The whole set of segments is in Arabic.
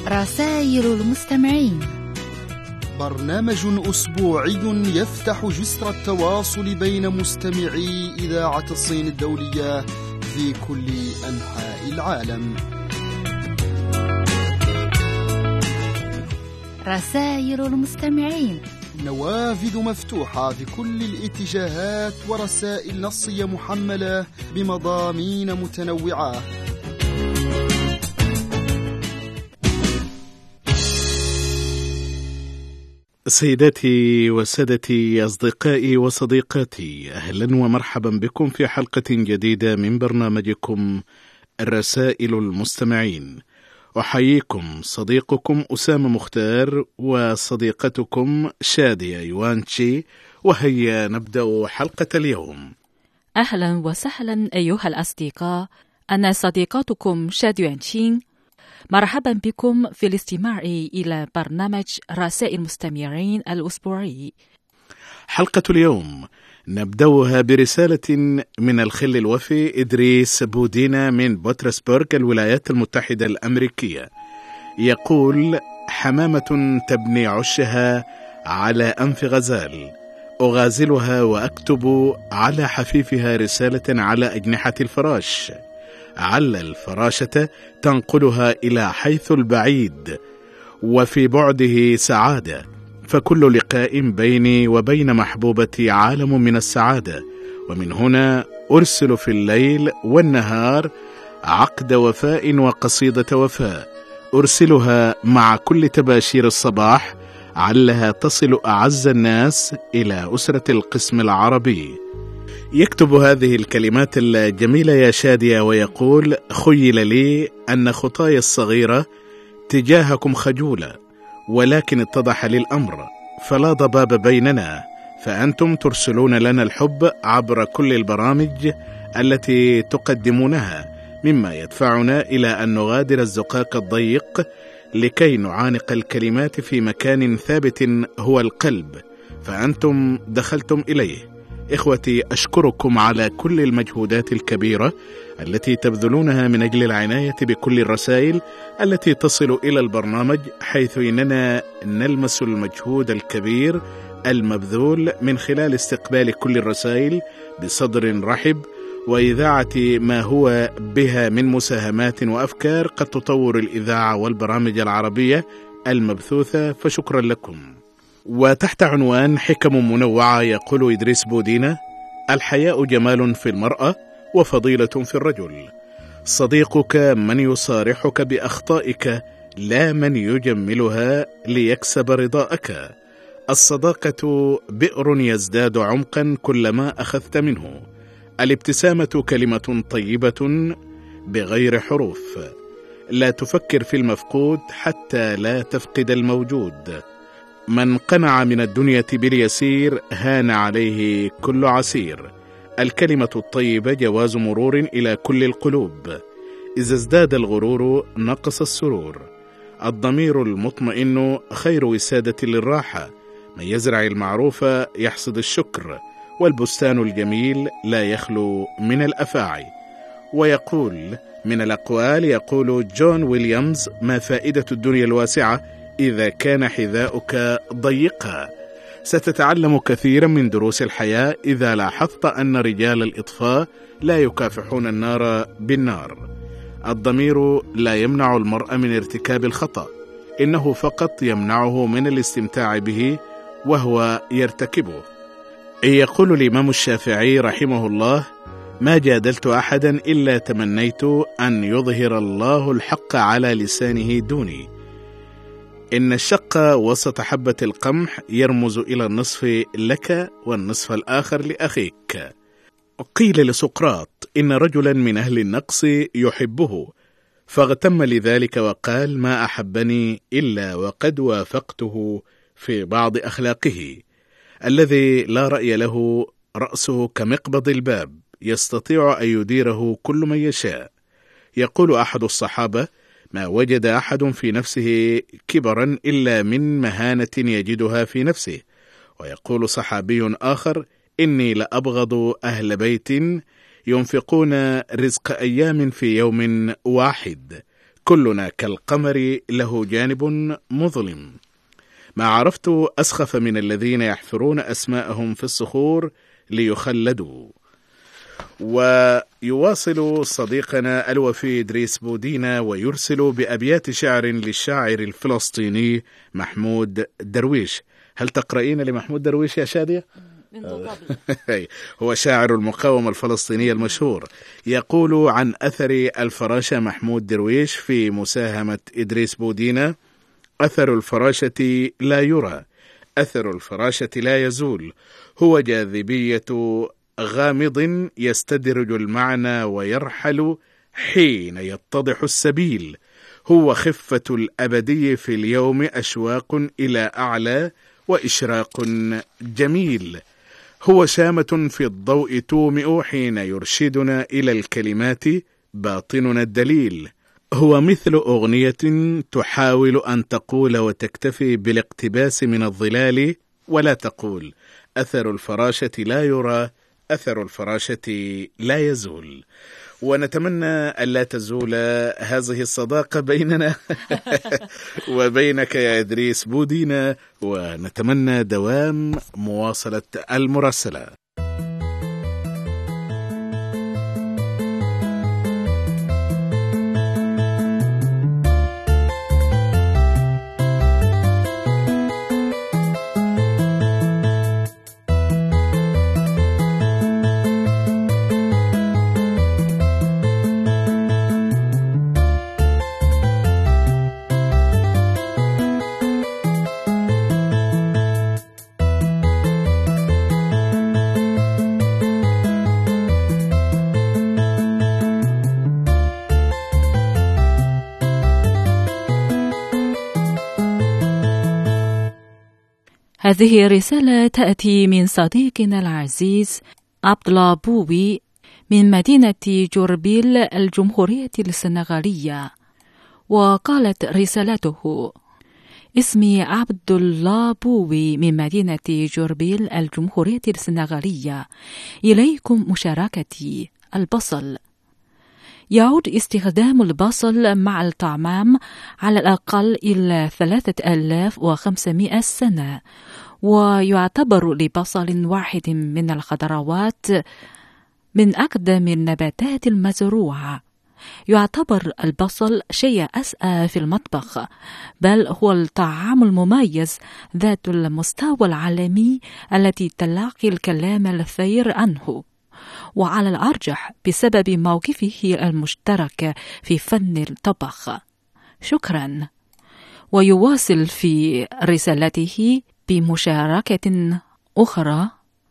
رسائل المستمعين، برنامج أسبوعي يفتح جسر التواصل بين مستمعي إذاعة الصين الدولية في كل أنحاء العالم. رسائل المستمعين، نوافذ مفتوحة في كل الاتجاهات ورسائل نصية محملة بمضامين متنوعة. سيداتي وسادتي، أصدقائي وصديقاتي، أهلا ومرحبا بكم في حلقة جديدة من برنامجكم رسائل المستمعين. أحييكم صديقكم أسامة مختار وصديقتكم شادية يوانشي، وهيا نبدأ حلقة اليوم. أهلا وسهلا أيها الأصدقاء، أنا صديقتكم شادية يوانشي. مرحبا بكم في الاستماع إلى برنامج رسائل المستمعين الأسبوعي. حلقة اليوم نبدأها برسالة من الخل الوفي إدريس بودينا من بطرسبرغ الولايات المتحدة الأمريكية. يقول: حمامة تبني عشها على أنف غزال، أغازلها وأكتب على حفيفها رسالة على أجنحة الفراش، عل الفراشة تنقلها إلى حيث البعيد وفي بعده سعادة، فكل لقاء بيني وبين محبوبتي عالم من السعادة، ومن هنا أرسل في الليل والنهار عقد وفاء وقصيدة وفاء، أرسلها مع كل تباشير الصباح علها تصل أعز الناس إلى أسرة القسم العربي. يكتب هذه الكلمات الجميلة يا شادية ويقول: خيل لي أن خطاي الصغيرة تجاهكم خجولة، ولكن اتضح لي الأمر، فلا ضباب بيننا، فأنتم ترسلون لنا الحب عبر كل البرامج التي تقدمونها، مما يدفعنا إلى أن نغادر الزقاق الضيق لكي نعانق الكلمات في مكان ثابت هو القلب، فأنتم دخلتم إليه. إخوتي، أشكركم على كل المجهودات الكبيرة التي تبذلونها من أجل العناية بكل الرسائل التي تصل إلى البرنامج، حيث إننا نلمس المجهود الكبير المبذول من خلال استقبال كل الرسائل بصدر رحب، وإذاعة ما هو بها من مساهمات وأفكار قد تطور الإذاعة والبرامج العربية المبثوثة، فشكرا لكم. وتحت عنوان حكم منوعة يقول إدريس بودينا: الحياء جمال في المرأة وفضيلة في الرجل، صديقك من يصارحك بأخطائك لا من يجملها ليكسب رضاءك، الصداقة بئر يزداد عمقا كلما أخذت منه، الابتسامة كلمة طيبة بغير حروف، لا تفكر في المفقود حتى لا تفقد الموجود، من قنع من الدنيا باليسير هان عليه كل عسير، الكلمة الطيبة جواز مرور إلى كل القلوب، إذا ازداد الغرور نقص السرور، الضمير المطمئن خير وسادة للراحة، من يزرع المعروف يحصد الشكر، والبستان الجميل لا يخلو من الأفاعي. ويقول من الأقوال، يقول جون ويليامز: ما فائدة الدنيا الواسعة إذا كان حذاؤك ضيقا؟ ستتعلم كثيرا من دروس الحياة إذا لاحظت أن رجال الإطفاء لا يكافحون النار بالنار. الضمير لا يمنع المرء من ارتكاب الخطأ، إنه فقط يمنعه من الاستمتاع به وهو يرتكبه. يقول الإمام الشافعي رحمه الله: ما جادلت أحدا إلا تمنيت أن يظهر الله الحق على لسانه دوني. إن الشق وسط حبة القمح يرمز إلى النصف لك والنصف الآخر لأخيك. قيل لسقراط: إن رجلا من أهل النقص يحبه، فاغتم لذلك وقال: ما أحبني إلا وقد وافقته في بعض أخلاقه. الذي لا رأي له رأسه كمقبض الباب، يستطيع أن يديره كل من يشاء. يقول أحد الصحابة: ما وجد أحد في نفسه كبرا إلا من مهانة يجدها في نفسه. ويقول صحابي آخر: إني لأبغض أهل بيت ينفقون رزق أيام في يوم واحد، كلنا كالقمر له جانب مظلم. ما عرفت أسخف من الذين يحفرون أسماءهم في الصخور ليخلدوا. ويواصل صديقنا الوفي إدريس بودينا ويرسل بأبيات شعر للشاعر الفلسطيني محمود درويش. هل تقرأين لمحمود درويش يا شادية؟ هو شاعر المقاومة الفلسطينية المشهور. يقول عن أثر الفراشة محمود درويش في مساهمة إدريس بودينا: أثر الفراشة لا يرى، أثر الفراشة لا يزول، هو جاذبية غامض يستدرج المعنى ويرحل حين يتضح السبيل، هو خفة الأبدي في اليوم، أشواق إلى أعلى وإشراق جميل، هو شامة في الضوء تومئ حين يرشدنا إلى الكلمات باطننا الدليل، هو مثل أغنية تحاول أن تقول وتكتفي بالاقتباس من الظلال ولا تقول: أثر الفراشة لا يرى، أثر الفراشة لا يزول. ونتمنى ألا تزول هذه الصداقة بيننا وبينك يا إدريس بودينا، ونتمنى دوام مواصلة المراسلة. هذه رسالة تأتي من صديقنا العزيز عبد الله بوي من مدينة جوربيل الجمهورية السنغالية. وقالت رسالته: اسمي عبد الله بوي من مدينة جوربيل الجمهورية السنغالية، إليكم مشاركتي البصل. يعود استخدام البصل مع الطعام على الأقل إلى 3500 سنة، ويعتبر لبصل واحد من الخضروات من أقدم النباتات المزروعة. يعتبر البصل شيء أسئى في المطبخ، بل هو الطعام المميز ذات المستوى العالمي التي تلاقي الكلام الثير عنه، وعلى الأرجح بسبب موقفه المشترك في فن الطبخ. شكرا. ويواصل في رسالته بمشاركة أخرى: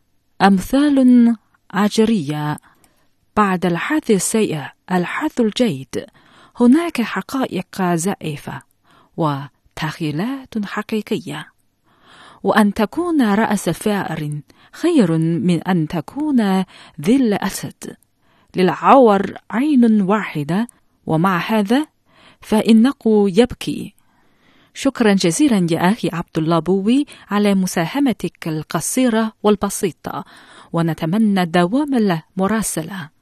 أمثال عجرية، بعد الحظ السيء الحظ الجيد، هناك حقائق زائفة وتخيلات حقيقية، وأن تكون رأس فأر خير من أن تكون ذل أسد، للعور عين واحدة، ومع هذا فإنه يبكي. شكرا جزيلا يا أخي عبد الله بوي على مساهمتك القصيرة والبسيطة، ونتمنى دوام المراسلة.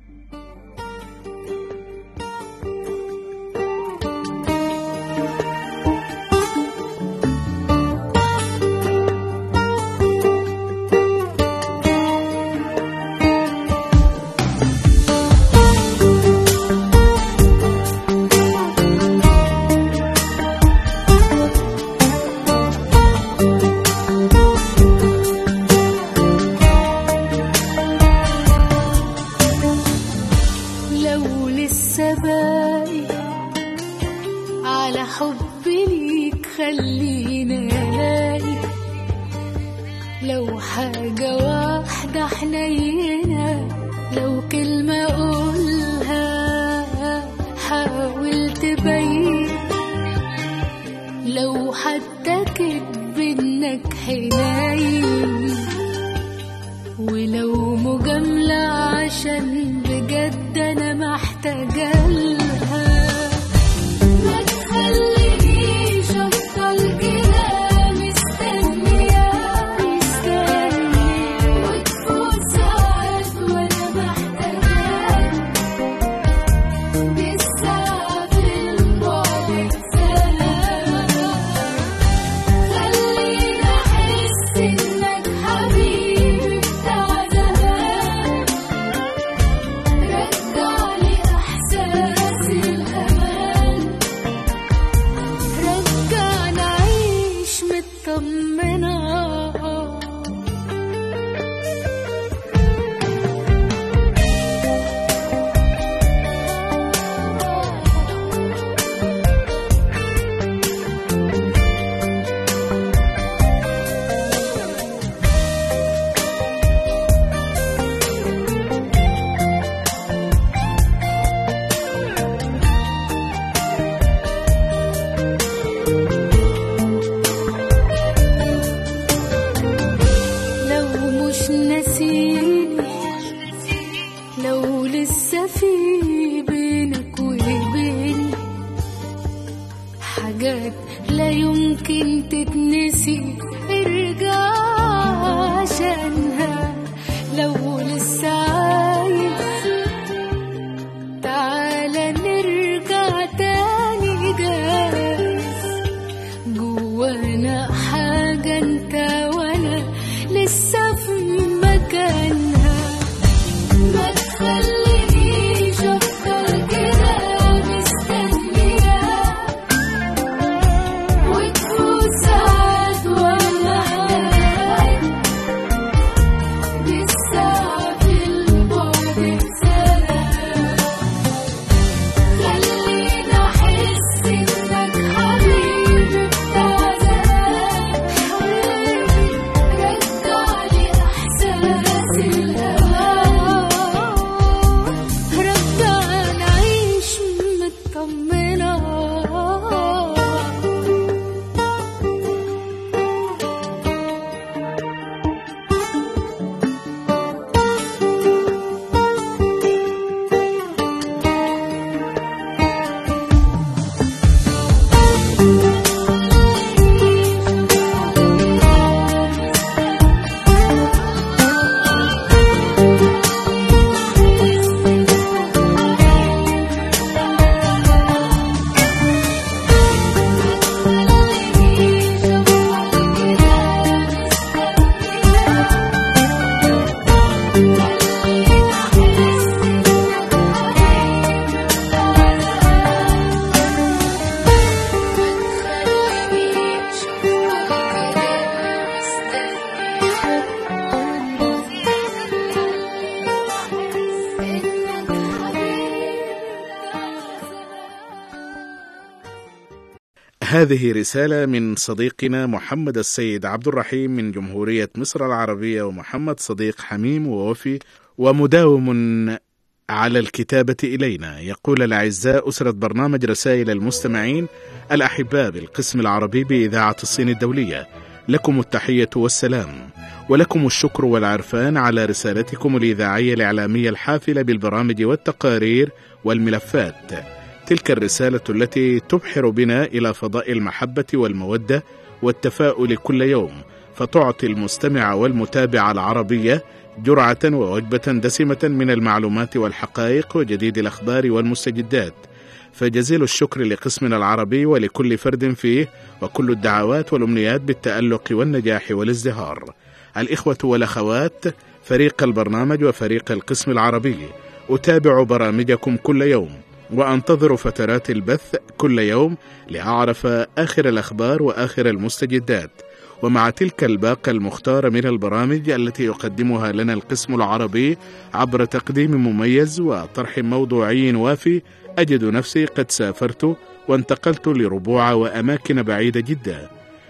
لو حاجة واحدة حنينة، لو كلمة قولها حاول تبين، لو حتى كدب إنك حنين، ولو مجاملة عشان بجد أنا محتاجة لها. ما تخلينيش أفضل كده حاجات لا يمكن تتنسي، ارجع عشانها لو لسه عايز. تعالى نرجع تاني، جايز جوانا حاجة انت وانا لسه في مكانها. ما تخلينيش افضل كده مستنية وتفوت ساعات وانا محتاج، لسه في البعد سنة. خلينا احس انك حبيبي بتاع زمان، رجعلي احساس الهوى، رجعنا اعيش مطمنة. هذه رسالة من صديقنا محمد السيد عبد الرحيم من جمهورية مصر العربية، ومحمد صديق حميم ووفي ومداوم على الكتابة إلينا. يقول: الأعزاء أسرة برنامج رسائل المستمعين الأحباء بالقسم العربي بإذاعة الصين الدولية، لكم التحية والسلام، ولكم الشكر والعرفان على رسالتكم الإذاعية الإعلامية الحافلة بالبرامج والتقارير والملفات. تلك الرسالة التي تبحر بنا إلى فضاء المحبة والمودة والتفاؤل كل يوم، فتعطي المستمع والمتابع العربية جرعة ووجبة دسمة من المعلومات والحقائق وجديد الأخبار والمستجدات. فجزيل الشكر لقسمنا العربي ولكل فرد فيه، وكل الدعوات والأمنيات بالتألق والنجاح والازدهار. الإخوة والأخوات، فريق البرنامج وفريق القسم العربي، أتابع برامجكم كل يوم وأنتظر فترات البث كل يوم لأعرف آخر الأخبار وآخر المستجدات، ومع تلك الباقة المختارة من البرامج التي يقدمها لنا القسم العربي عبر تقديم مميز وطرح موضوعي وافي، أجد نفسي قد سافرت وانتقلت لربوع وأماكن بعيدة جدا،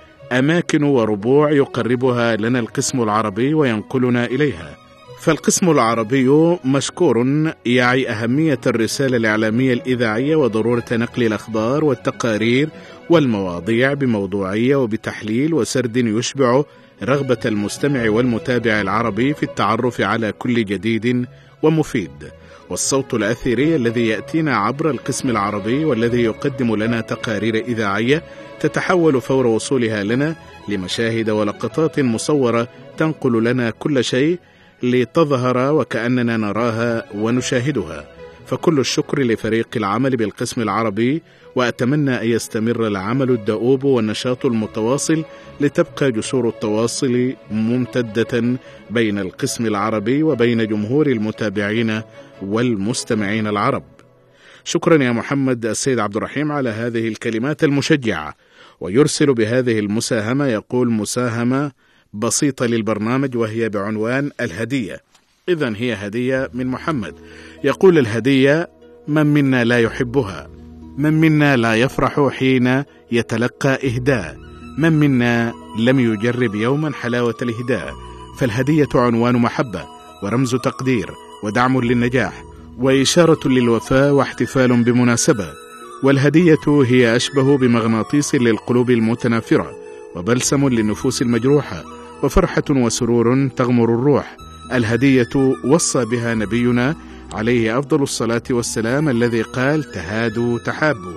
أماكن وربوع يقربها لنا القسم العربي وينقلنا إليها. فالقسم العربي مشكور يعي أهمية الرسالة الإعلامية الإذاعية وضرورة نقل الأخبار والتقارير والمواضيع بموضوعية وبتحليل وسرد يشبع رغبة المستمع والمتابع العربي في التعرف على كل جديد ومفيد. والصوت الأثيري الذي يأتينا عبر القسم العربي والذي يقدم لنا تقارير إذاعية تتحول فور وصولها لنا لمشاهد ولقطات مصورة تنقل لنا كل شيء لتظهر وكأننا نراها ونشاهدها. فكل الشكر لفريق العمل بالقسم العربي، وأتمنى أن يستمر العمل الدؤوب والنشاط المتواصل لتبقى جسور التواصل ممتدة بين القسم العربي وبين جمهور المتابعين والمستمعين العرب. شكرا يا محمد السيد عبد الرحيم على هذه الكلمات المشجعة. ويرسل بهذه المساهمة، يقول: مساهمة بسيطة للبرنامج وهي بعنوان الهدية. إذن هي هدية من محمد. يقول: الهدية من منا لا يحبها، من منا لا يفرح حين يتلقى إهداء، من منا لم يجرب يوما حلاوة الإهداء. فالهدية عنوان محبة ورمز تقدير ودعم للنجاح وإشارة للوفاء واحتفال بمناسبة. والهدية هي أشبه بمغناطيس للقلوب المتنافرة وبلسم للنفوس المجروحة وفرحة وسرور تغمر الروح. الهدية وصى بها نبينا عليه أفضل الصلاة والسلام الذي قال: تهادوا تحابوا.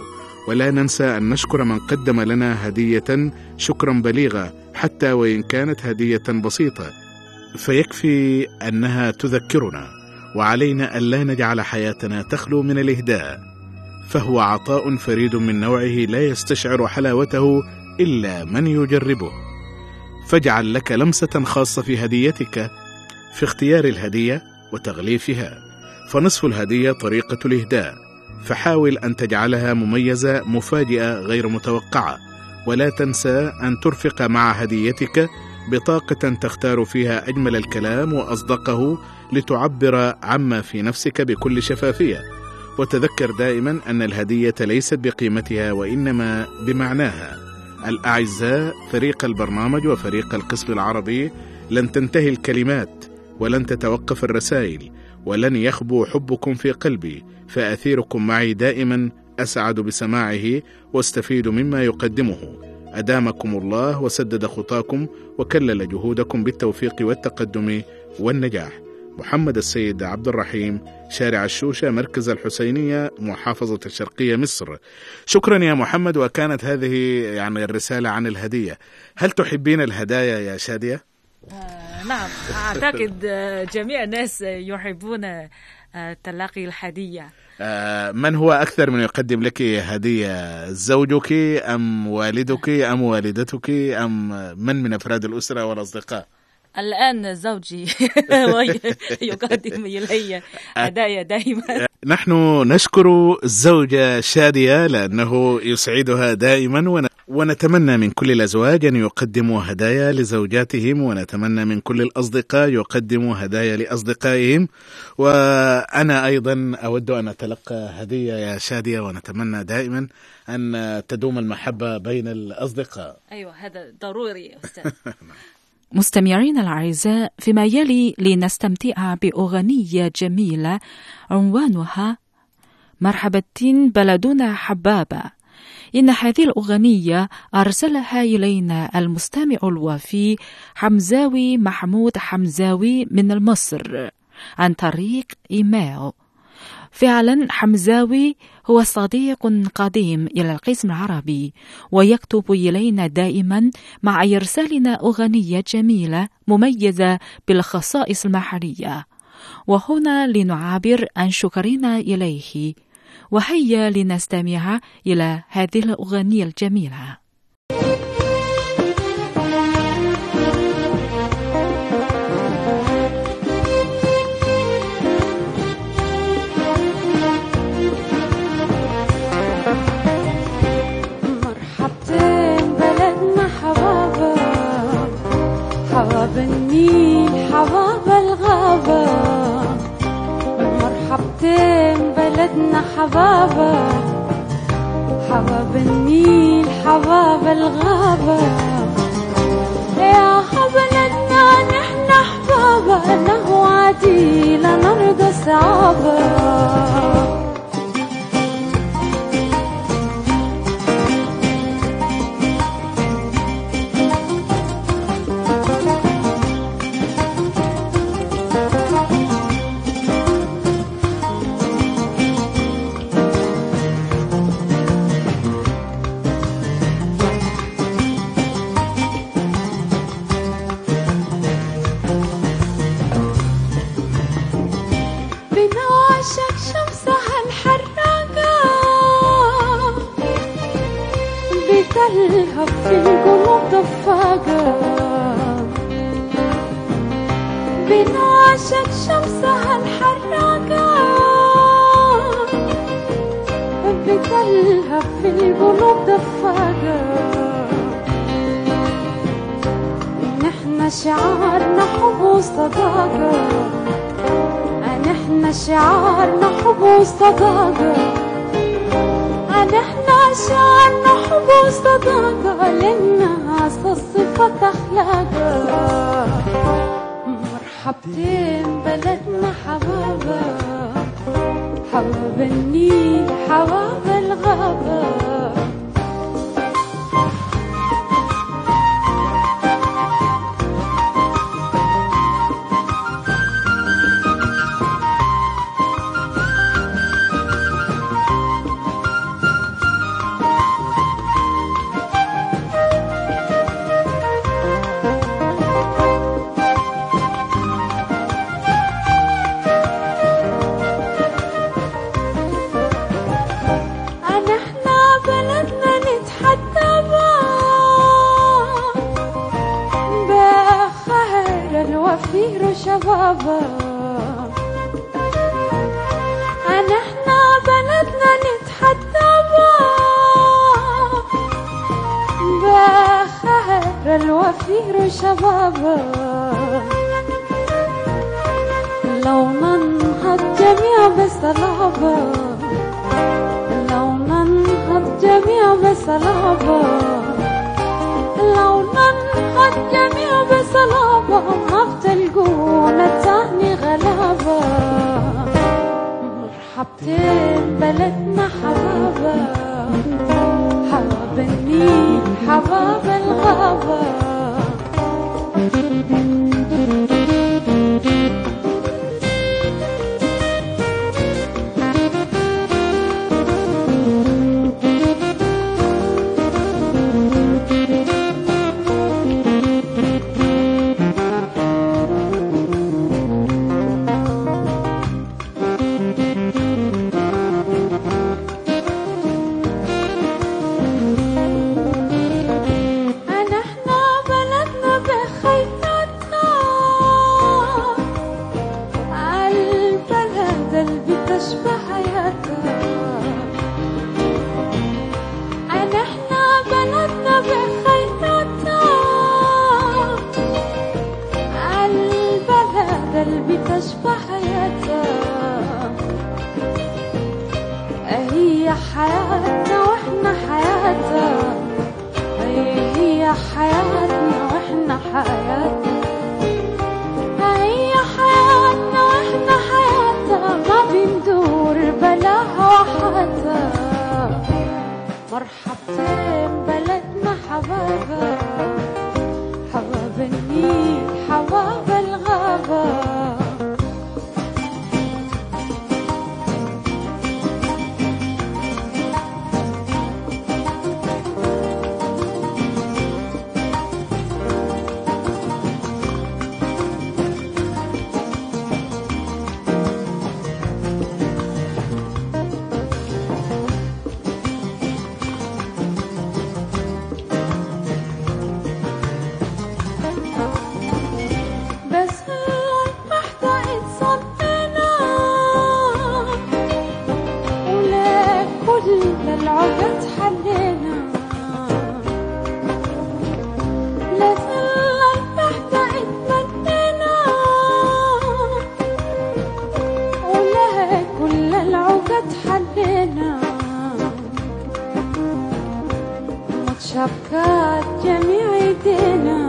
ولا ننسى أن نشكر من قدم لنا هدية شكرا بليغا حتى وإن كانت هدية بسيطة، فيكفي أنها تذكرنا، وعلينا ألا نجعل حياتنا تخلو من الإهداء، فهو عطاء فريد من نوعه لا يستشعر حلاوته إلا من يجربه. فاجعل لك لمسة خاصة في هديتك، في اختيار الهدية وتغليفها، فنصف الهدية طريقة الإهداء، فحاول أن تجعلها مميزة مفاجئة غير متوقعة، ولا تنسى أن ترفق مع هديتك بطاقة تختار فيها أجمل الكلام وأصدقه لتعبر عما في نفسك بكل شفافية. وتذكر دائما أن الهدية ليست بقيمتها وإنما بمعناها. الأعزاء، فريق البرنامج وفريق القسم العربي، لن تنتهي الكلمات ولن تتوقف الرسائل ولن يخبو حبكم في قلبي، فأثيركم معي دائما، أسعد بسماعه واستفيد مما يقدمه. أدامكم الله وسدد خطاكم وكلل جهودكم بالتوفيق والتقدم والنجاح. محمد السيد عبد الرحيم، شارع الشوشة، مركز الحسينية، محافظة الشرقية، مصر. شكرا يا محمد. وكانت هذه يعني الرسالة عن الهدية. هل تحبين الهدايا يا شادية؟ نعم، أعتقد جميع الناس يحبون تلقي الهدية. من هو أكثر من يقدم لك هدية، زوجك أم والدك أم والدتك أم من أفراد الأسرة والأصدقاء؟ الآن زوجي يقدم إلي هدايا دائما. نحن نشكر الزوجة شادية لأنه يسعدها دائما، ونتمنى من كل الأزواج أن يقدموا هدايا لزوجاتهم، ونتمنى من كل الأصدقاء يقدموا هدايا لأصدقائهم. وأنا أيضا أود أن أتلقى هدية يا شادية، ونتمنى دائما أن تدوم المحبة بين الأصدقاء. أيوة، هذا ضروري يا أستاذ. مستمعين الأعزاء، فيما يلي لنستمتع بأغنية جميلة عنوانها مرحبا بلدنا حبابة. إن هذه الأغنية أرسلها إلينا المستمع الوفي حمزاوي محمود حمزاوي من مصر عن طريق إيميل. فعلا حمزاوي هو صديق قديم إلى القسم العربي، ويكتب إلينا دائما مع إرسالنا أغنية جميلة مميزة بالخصائص المحلية، وهنا لنعبر عن شكرنا إليه. وهيا لنستمع إلى هذه الأغنية الجميلة. حباب النيل حباب الغابة، مرحبتين بلدنا حبابة، حباب النيل حباب الغابة، يا بلدنا نحن حبابة، انه عادي لنرضى صعابة. بتلهب في القلوب ضفاقة، بنعشق شمسها الحراقة، بتلهب في القلوب ضفاقة. نحن شعارنا حب وصداقة، نحن شعارنا حب وصداقة، نحن شعارنا حب وصداقة، لأنها صفة أخلاقها. مرحبتين بلدنا حبابة، حباب النيل حباب الغابة. الوفير شبابا لو ننهض جميع بصلابة لو ننهض جميع بصلابة لو ننهض جميع بصلابة ما بتلقونا تاني غلابة مرحبتين بلدنا حبابة حباب النيل حباب الغابة هي حياتنا واحنا حياتها هي حياتنا واحنا حياتها هي حياتنا واحنا حياتها ما بندور بلاها وحدها مرحبتين بلدنا حبابة حباب النيل حباب الغابة العقد حلينا لازلنا تحت اتمنينا ولا كل العقد حلينا متشابكات جميع ايدينا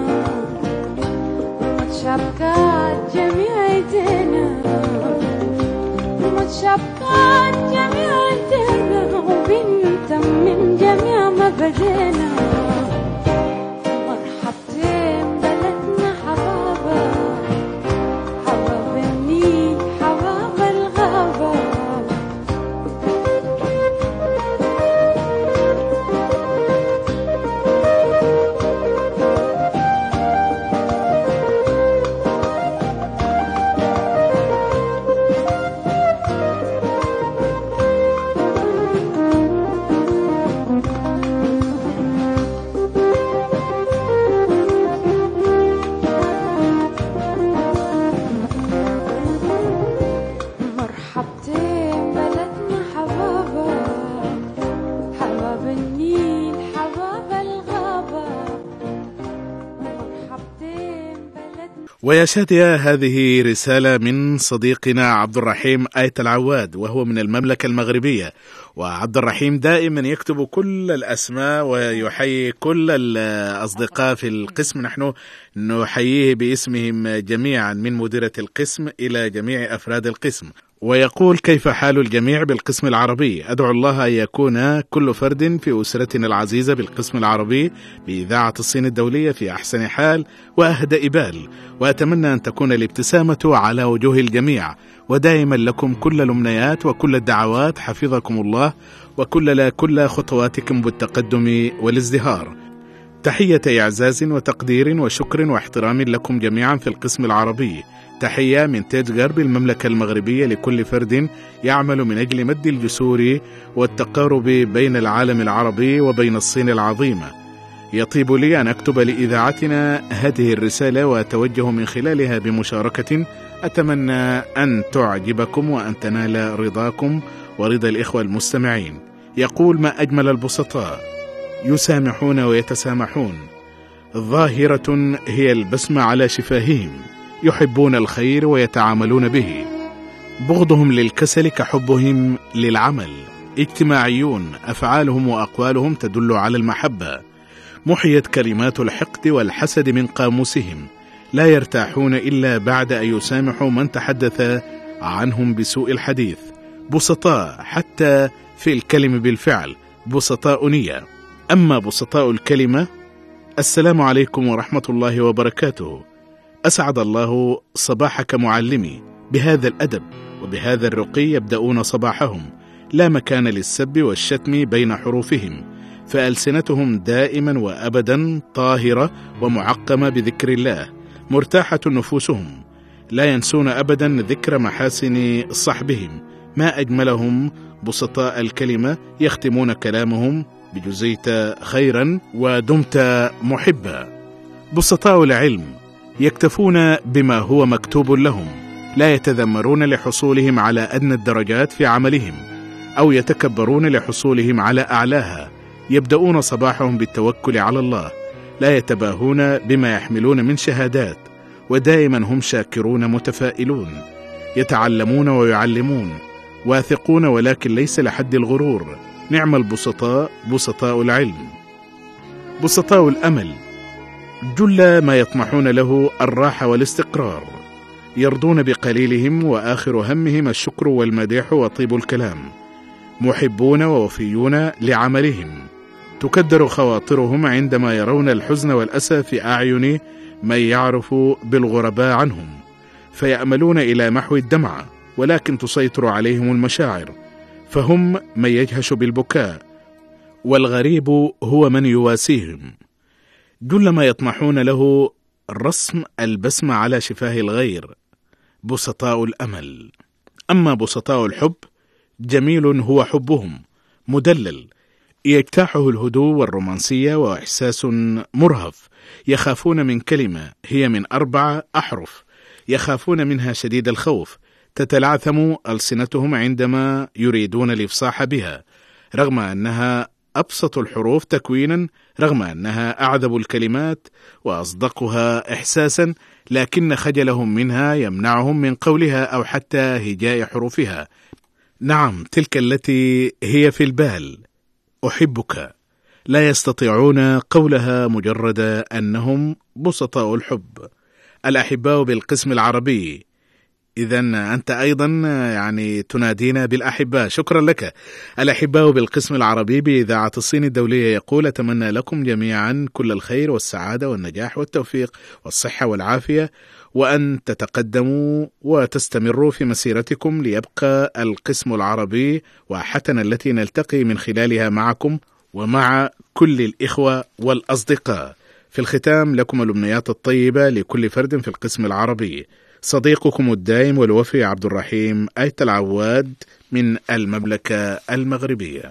متشابكات جميع ايدينا متشابكات جميع ايدينا من جميع ما بدينا مرحبتين بلدنا حبابة حباب النيل حباب الغابة ويا شادية، هذه رسالة من صديقنا عبد الرحيم آيت العواد، وهو من المملكة المغربية. وعبد الرحيم دائما يكتب كل الأسماء ويحيي كل الأصدقاء في القسم. نحن نحييه باسمهم جميعا من مديرة القسم إلى جميع أفراد القسم. ويقول: كيف حال الجميع بالقسم العربي؟ أدعو الله أن يكون كل فرد في أسرتنا العزيزة بالقسم العربي بإذاعة الصين الدولية في أحسن حال وأهدأ بال، وأتمنى أن تكون الابتسامة على وجوه الجميع، ودائما لكم كل الأمنيات وكل الدعوات، حفظكم الله، وكل خطواتكم بالتقدم والازدهار. تحية إعزاز وتقدير وشكر واحترام لكم جميعا في القسم العربي. تحية من تاج غرب المملكة المغربية لكل فرد يعمل من أجل مد الجسور والتقارب بين العالم العربي وبين الصين العظيمة. يطيب لي أن أكتب لإذاعتنا هذه الرسالة وأتوجه من خلالها بمشاركة أتمنى أن تعجبكم وأن تنال رضاكم ورضا الإخوة المستمعين. يقول: ما أجمل البسطاء، يسامحون ويتسامحون، ظاهرة هي البسمة على شفاههم، يحبون الخير ويتعاملون به، بغضهم للكسل كحبهم للعمل، اجتماعيون، أفعالهم وأقوالهم تدل على المحبة، محيت كلمات الحقد والحسد من قاموسهم، لا يرتاحون إلا بعد أن يسامحوا من تحدث عنهم بسوء الحديث، بسطاء حتى في الكلم بالفعل، بسطاء نية. أما بسطاء الكلمة: السلام عليكم ورحمة الله وبركاته، أسعد الله صباحك معلمي. بهذا الأدب وبهذا الرقي يبدأون صباحهم، لا مكان للسب والشتم بين حروفهم، فألسنتهم دائما وأبدا طاهرة ومعقمة بذكر الله، مرتاحة نفوسهم، لا ينسون أبدا ذكر محاسن صحبهم، ما أجملهم بسطاء الكلمة، يختمون كلامهم بجزيت خيرا ودمت محبا. بسطاء العلم يكتفون بما هو مكتوب لهم، لا يتذمرون لحصولهم على أدنى الدرجات في عملهم أو يتكبرون لحصولهم على أعلاها، يبدأون صباحهم بالتوكل على الله، لا يتباهون بما يحملون من شهادات، ودائما هم شاكرون متفائلون، يتعلمون ويعلمون، واثقون ولكن ليس لحد الغرور. نعم البسطاء بسطاء العلم. بسطاء الأمل جل ما يطمحون له الراحة والاستقرار، يرضون بقليلهم وآخر همهم الشكر والمديح وطيب الكلام، محبون ووفيون لعملهم، تكدر خواطرهم عندما يرون الحزن والأسى في أعين من يعرف بالغرباء عنهم، فيأملون إلى محو الدمعة، ولكن تسيطر عليهم المشاعر، فهم من يجهش بالبكاء، والغريب هو من يواسيهم. جل ما يطمحون له رسم البسمة على شفاه الغير، بسطاء الأمل. أما بسطاء الحب جميل هو حبهم، مدلل، يجتاحه الهدوء والرومانسية وإحساس مرهف، يخافون من كلمة هي من 4 أحرف، يخافون منها شديد الخوف، تتلعثم ألسنتهم عندما يريدون الإفصاح بها، رغم أنها أبسط الحروف تكوينا، رغم أنها أعذب الكلمات وأصدقها إحساسا، لكن خجلهم منها يمنعهم من قولها أو حتى هجاء حروفها. نعم، تلك التي هي في البال، أحبك، لا يستطيعون قولها مجرد أنهم بسطاء الحب. الأحباء بالقسم العربي، إذن أنت أيضا تنادينا بالأحباء، شكرا لك. الأحباء بالقسم العربي بإذاعة الصين الدولية يقول: أتمنى لكم جميعا كل الخير والسعادة والنجاح والتوفيق والصحة والعافية، وأن تتقدموا وتستمروا في مسيرتكم، ليبقى القسم العربي واحتنا التي نلتقي من خلالها معكم ومع كل الإخوة والأصدقاء. في الختام لكم الأمنيات الطيبة لكل فرد في القسم العربي. صديقكم الدائم والوفي عبد الرحيم آيت العواد من المملكة المغربية.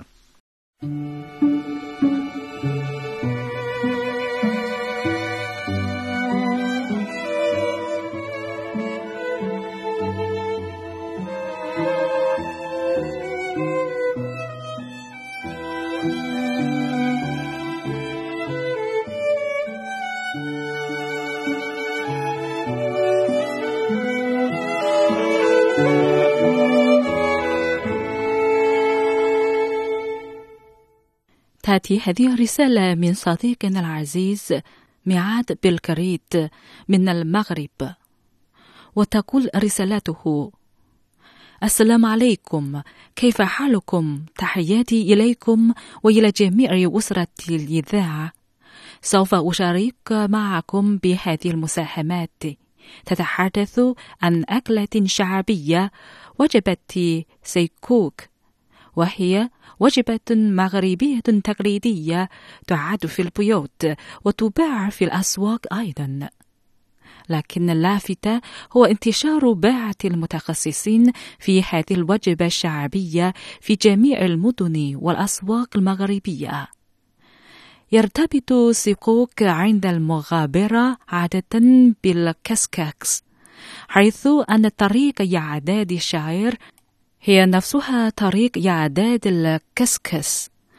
تأتي هذه الرسالة من صديقنا العزيز ميعاد بالكريت من المغرب، وتقول رسالته: السلام عليكم، كيف حالكم؟ تحياتي إليكم وإلى جميع أسرة الإذاعة. سوف أشارك معكم بهذه المساهمات، تتحدث عن أكلة شعبية، وجبة سيكوك، وهي وجبة مغربية تقليدية تعد في البيوت وتباع في الأسواق أيضا، لكن اللافت هو انتشار باعة المتخصصين في هذه الوجبة الشعبية في جميع المدن والأسواق المغربية. يرتبط سيكوك عند المغابرة عادة بالكسكاكس، حيث أن طريق إعداد الشعير هي نفسها طريق إعداد الكسكس،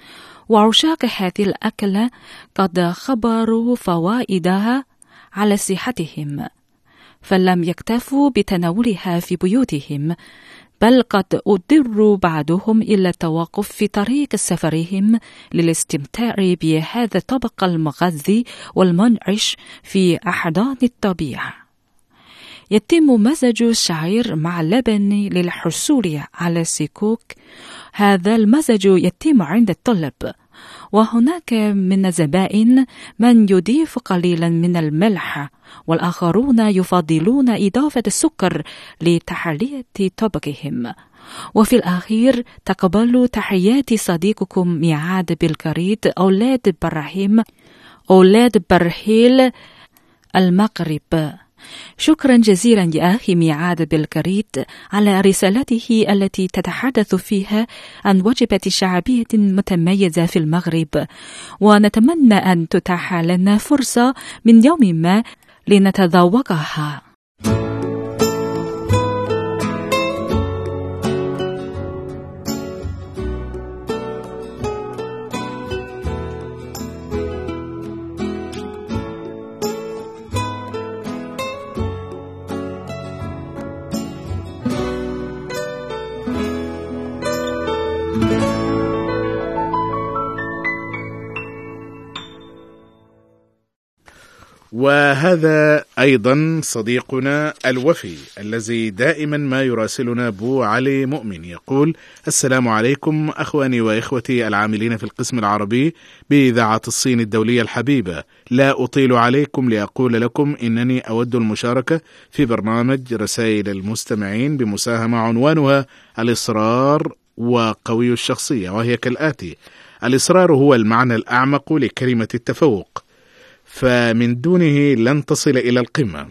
وعشاق هذه الأكلة قد خبروا فوائدها على صحتهم، فلم يكتفوا بتناولها في بيوتهم، بل قد أضطروا بعضهم إلى التوقف في طريق سفرهم للاستمتاع بهذا الطبق المغذي والمنعش في أحضان الطبيعة. يتم مزج الشعير مع اللبن للحصول على سكوك. هذا المزج يتم عند الطلب، وهناك من الزبائن من يضيف قليلا من الملح، والآخرون يفضلون إضافة السكر لتحلية طبقهم. وفي الأخير تقبلوا تحيات صديقكم ميعاد بالكريت أولاد برهيل المغرب. شكرا جزيلا يا أخي ميعاد بالكريت على رسالته التي تتحدث فيها عن وجبة شعبية متميزة في المغرب، ونتمنى أن تتاح لنا فرصة من يوم ما لنتذوقها. وهذا أيضا صديقنا الوفي الذي دائما ما يراسلنا بو علي مؤمن، يقول: السلام عليكم أخواني وإخوتي العاملين في القسم العربي بإذاعة الصين الدولية الحبيبة، لا أطيل عليكم لأقول لكم إنني أود المشاركة في برنامج رسائل المستمعين بمساهمة عنوانها الإصرار وقوي الشخصية، وهي كالآتي: الإصرار هو المعنى الأعمق لكلمة التفوق، فمن دونه لن تصل إلى القمة.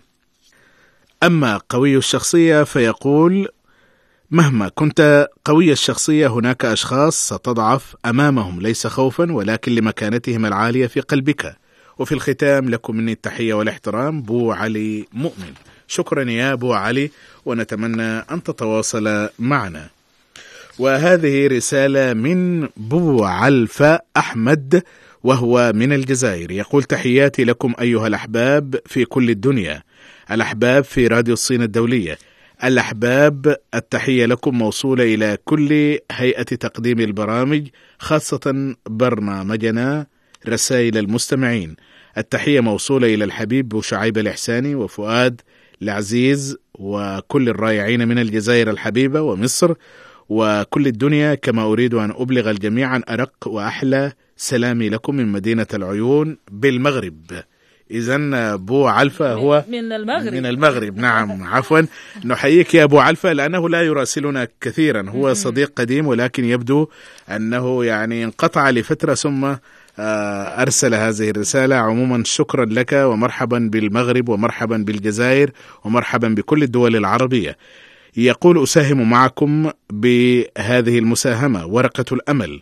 أما قوي الشخصية فيقول: مهما كنت قوي الشخصية هناك أشخاص ستضعف أمامهم، ليس خوفا ولكن لمكانتهم العالية في قلبك. وفي الختام لكم مني التحية والاحترام، بو علي مؤمن. شكرا يا بو علي، ونتمنى أن تتواصل معنا. وهذه رسالة من بو علفة أحمد، وهو من الجزائر، يقول: تحياتي لكم أيها الأحباب في كل الدنيا، الأحباب في راديو الصين الدولية، الأحباب، التحية لكم موصولة إلى كل هيئة تقديم البرامج، خاصة برنامجنا رسائل المستمعين. التحية موصولة إلى الحبيب بو شعيب الإحساني وفؤاد العزيز وكل الرائعين من الجزائر الحبيبة ومصر وكل الدنيا، كما أريد أن أبلغ الجميع عن أرق وأحلى سلامي لكم من مدينة العيون بالمغرب. إذن بو علفة هو من المغرب. نعم، عفوا، نحييك يا أبو علفة، لأنه لا يراسلنا كثيرا، هو صديق قديم، ولكن يبدو أنه يعني انقطع لفترة ثم أرسل هذه الرسالة. عموما شكرا لك، ومرحبا بالمغرب، ومرحبا بالجزائر، ومرحبا بكل الدول العربية. يقول: أساهم معكم بهذه المساهمة ورقة الأمل.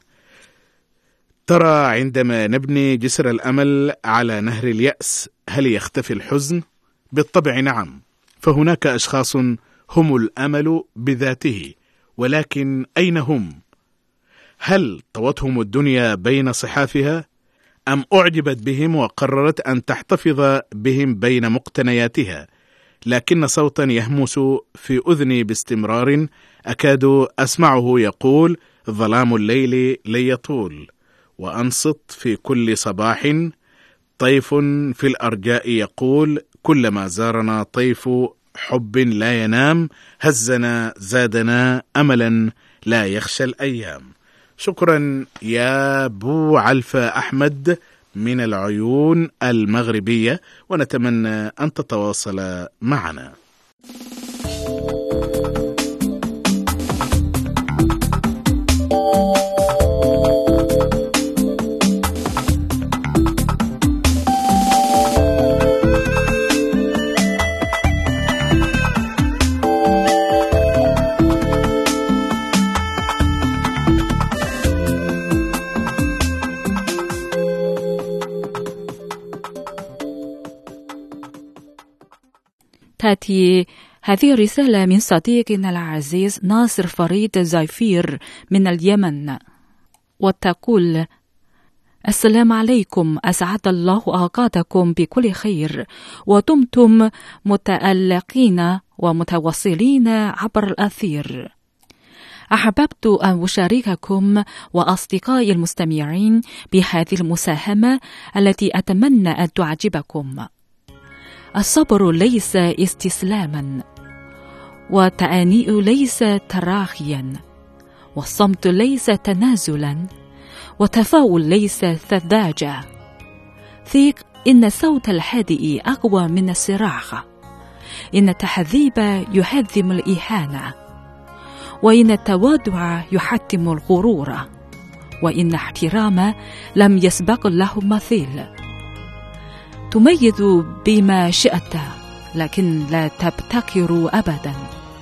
ترى عندما نبني جسر الأمل على نهر اليأس هل يختفي الحزن؟ بالطبع نعم، فهناك أشخاص هم الأمل بذاته، ولكن أين هم؟ هل طوتهم الدنيا بين صحافها؟ أم أعجبت بهم وقررت أن تحتفظ بهم بين مقتنياتها؟ لكن صوتا يهمس في أذني باستمرار أكاد أسمعه يقول: ظلام الليل لن يطول، وأنصت في كل صباح طيف في الأرجاء يقول: كلما زارنا طيف حب لا ينام، هزنا زادنا أملا لا يخشى الأيام. شكرا يا بو علفة أحمد من العيون المغربية، ونتمنى أن تتواصل معنا. تأتي هذه الرسالة من صديقنا العزيز ناصر فريد زايفير من اليمن، وتقول: السلام عليكم، أسعد الله أوقاتكم بكل خير، ودمتم متألقين ومتواصلين عبر الأثير. أحببت أن أشارككم وأصدقائي المستمعين بهذه المساهمة التي أتمنى أن تعجبكم. الصبر ليس استسلاما، والتأنيء ليس تراخيا، والصمت ليس تنازلا، والتفاؤل ليس ثداجة. ثق إن الصوت الهادئ أقوى من الصراخ، إن التهذيب يهذم الإهانة، وإن التواضع يحتم الغرور، وإن احترام لم يسبق له مثيل. تميز بما شئت، لكن لا تبتكر أبدا،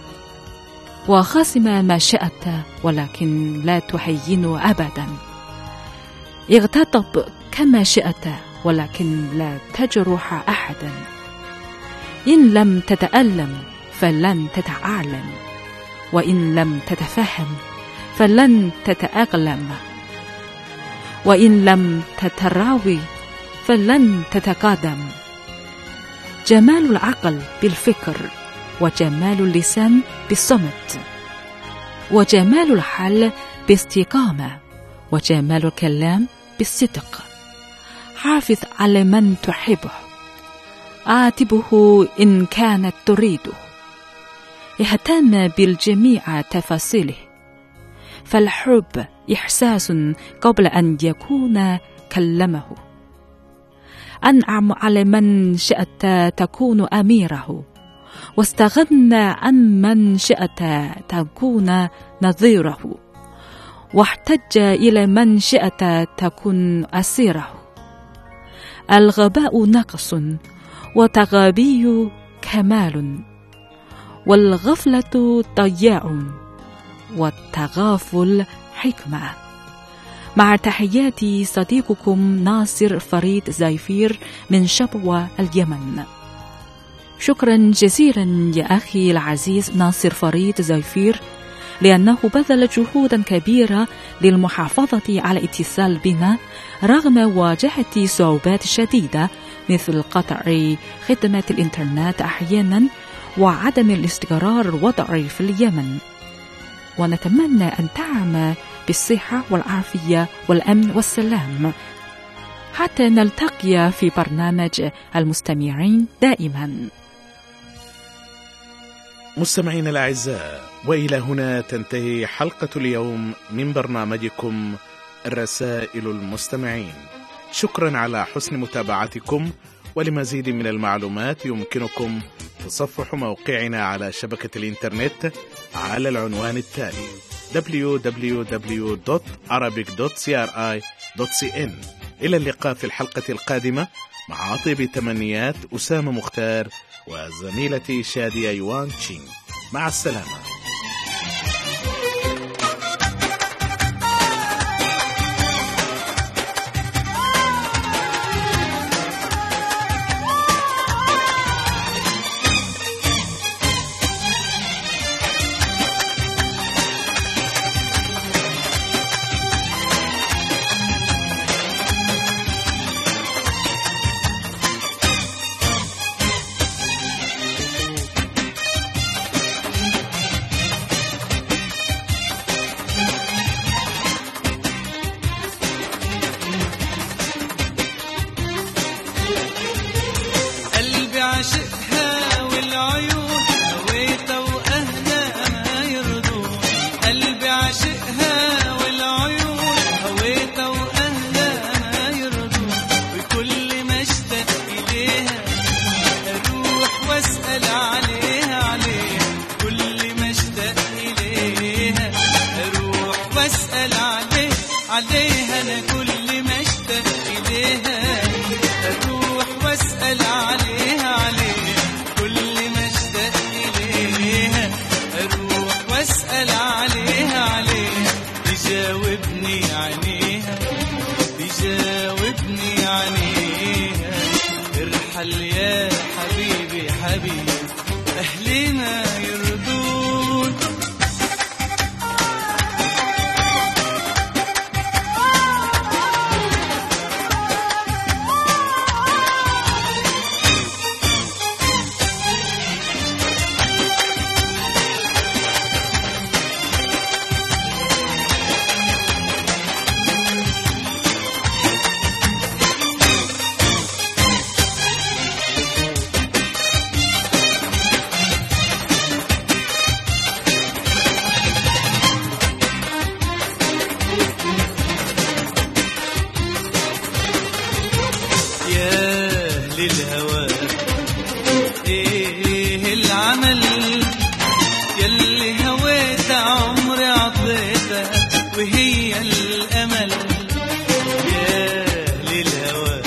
وخاصم ما شئت، ولكن لا تهين أبدا. اغتضب كما شئت، ولكن لا تجرح أحدا. إن لم تتألم فلن تتعلم، وإن لم تتفهم فلن تتأقلم، وإن لم تتراوي فلن تتقدم. جمال العقل بالفكر، وجمال اللسان بالصمت، وجمال الحال باستقامة، وجمال الكلام بالصدق. حافظ على من تحبه، عاتبه إن كانت تريده، اهتم بالجميع تفاصيله، فالحب إحساس قبل أن يكون كلمه. أنعم على من شئت تكون أميره، واستغنى عن من شئت تكون نظيره، واحتج إلى من شئت تكون أسيره. الغباء نقص، والتغابي كمال، والغفلة ضياع، والتغافل حكمة. مع تحياتي صديقكم ناصر فريد زيفير من شبوة اليمن. شكرا جزيلا يا أخي العزيز ناصر فريد زيفير، لأنه بذل جهودا كبيرة للمحافظة على اتصال بنا رغم مواجهة صعوبات شديدة مثل قطع خدمة الإنترنت أحيانا وعدم الاستقرار الوضعي في اليمن. ونتمنى أن تعم بالصحة والعافية والأمن والسلام حتى نلتقي في برنامج المستمعين دائما. مستمعين الأعزاء، وإلى هنا تنتهي حلقة اليوم من برنامجكم الرسائل المستمعين. شكرا على حسن متابعتكم، ولمزيد من المعلومات يمكنكم تصفح موقعنا على شبكة الإنترنت على العنوان التالي www.arabic.cri.cn. إلى اللقاء في الحلقة القادمة، مع طيب تمنيات أسامة مختار وزميلتي شادية يوان تشين. مع السلامة. عليها أنا كل ما اشتاق إليها أروح واسأل عليها كل ما اشتاق إليها أروح واسأل عليها تجاوبني عينيها تجاوبني عينيها ارحل يا حبيبي حبيبي أهلنا يرضون للهوى. ايه العمل يلي هويت عمري عطيتك وهي الامل يا للهوى.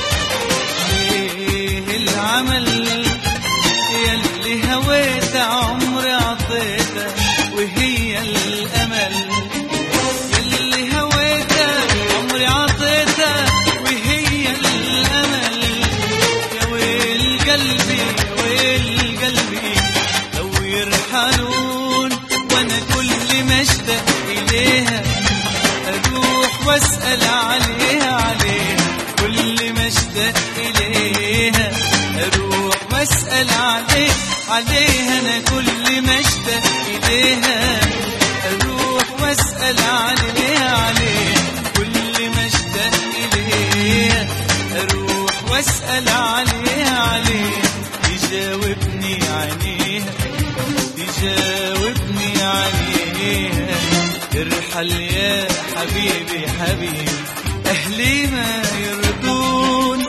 ايه العمل يلي هويت عمري عطيتك وهي الامل يلي هويتك عمري عطيتك وهي الامل. يا ويل قلبي يا ويل قلبي لو يرحلون وانا كل ما اشتاق اليها اروح واسال عليها عليها. كل ما اشتاق اليها اروح واسال عليها عليها. انا كل ما اشتاق اليها اروح واسال عليها عليها. كل ما اشتاق اليها اروح واسال عليها عليها. تجاوبني عليها تجاوبني عليها. ارحل يا حبيبي حبيبي اهلي ما يرضون.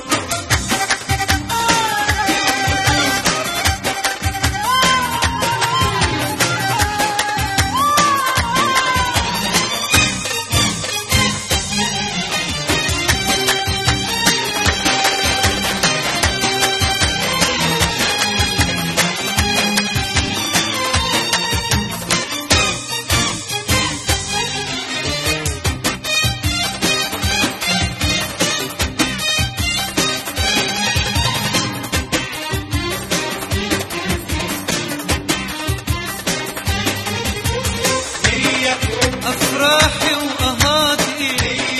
أفراحي وأهاتي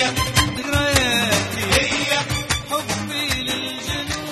ذكرياتي حبي للجنون.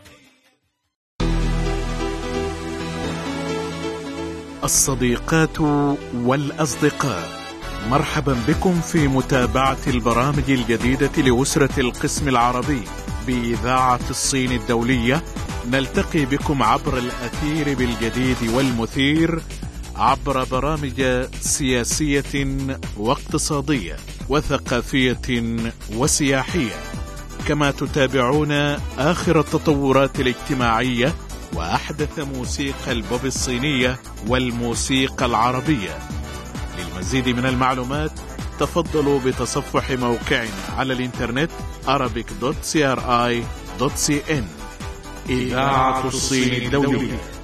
الصديقات والأصدقاء، مرحبا بكم في متابعة البرامج الجديدة لأسرة القسم العربي بإذاعة الصين الدولية. نلتقي بكم عبر الأثير بالجديد والمثير عبر برامج سياسية واقتصادية وثقافية وسياحية، كما تتابعون آخر التطورات الاجتماعية وأحدث موسيقى البوب الصينية والموسيقى العربية. للمزيد من المعلومات تفضلوا بتصفح موقعنا على الإنترنت arabic.cri.cn. إذاعة الصين الدولية.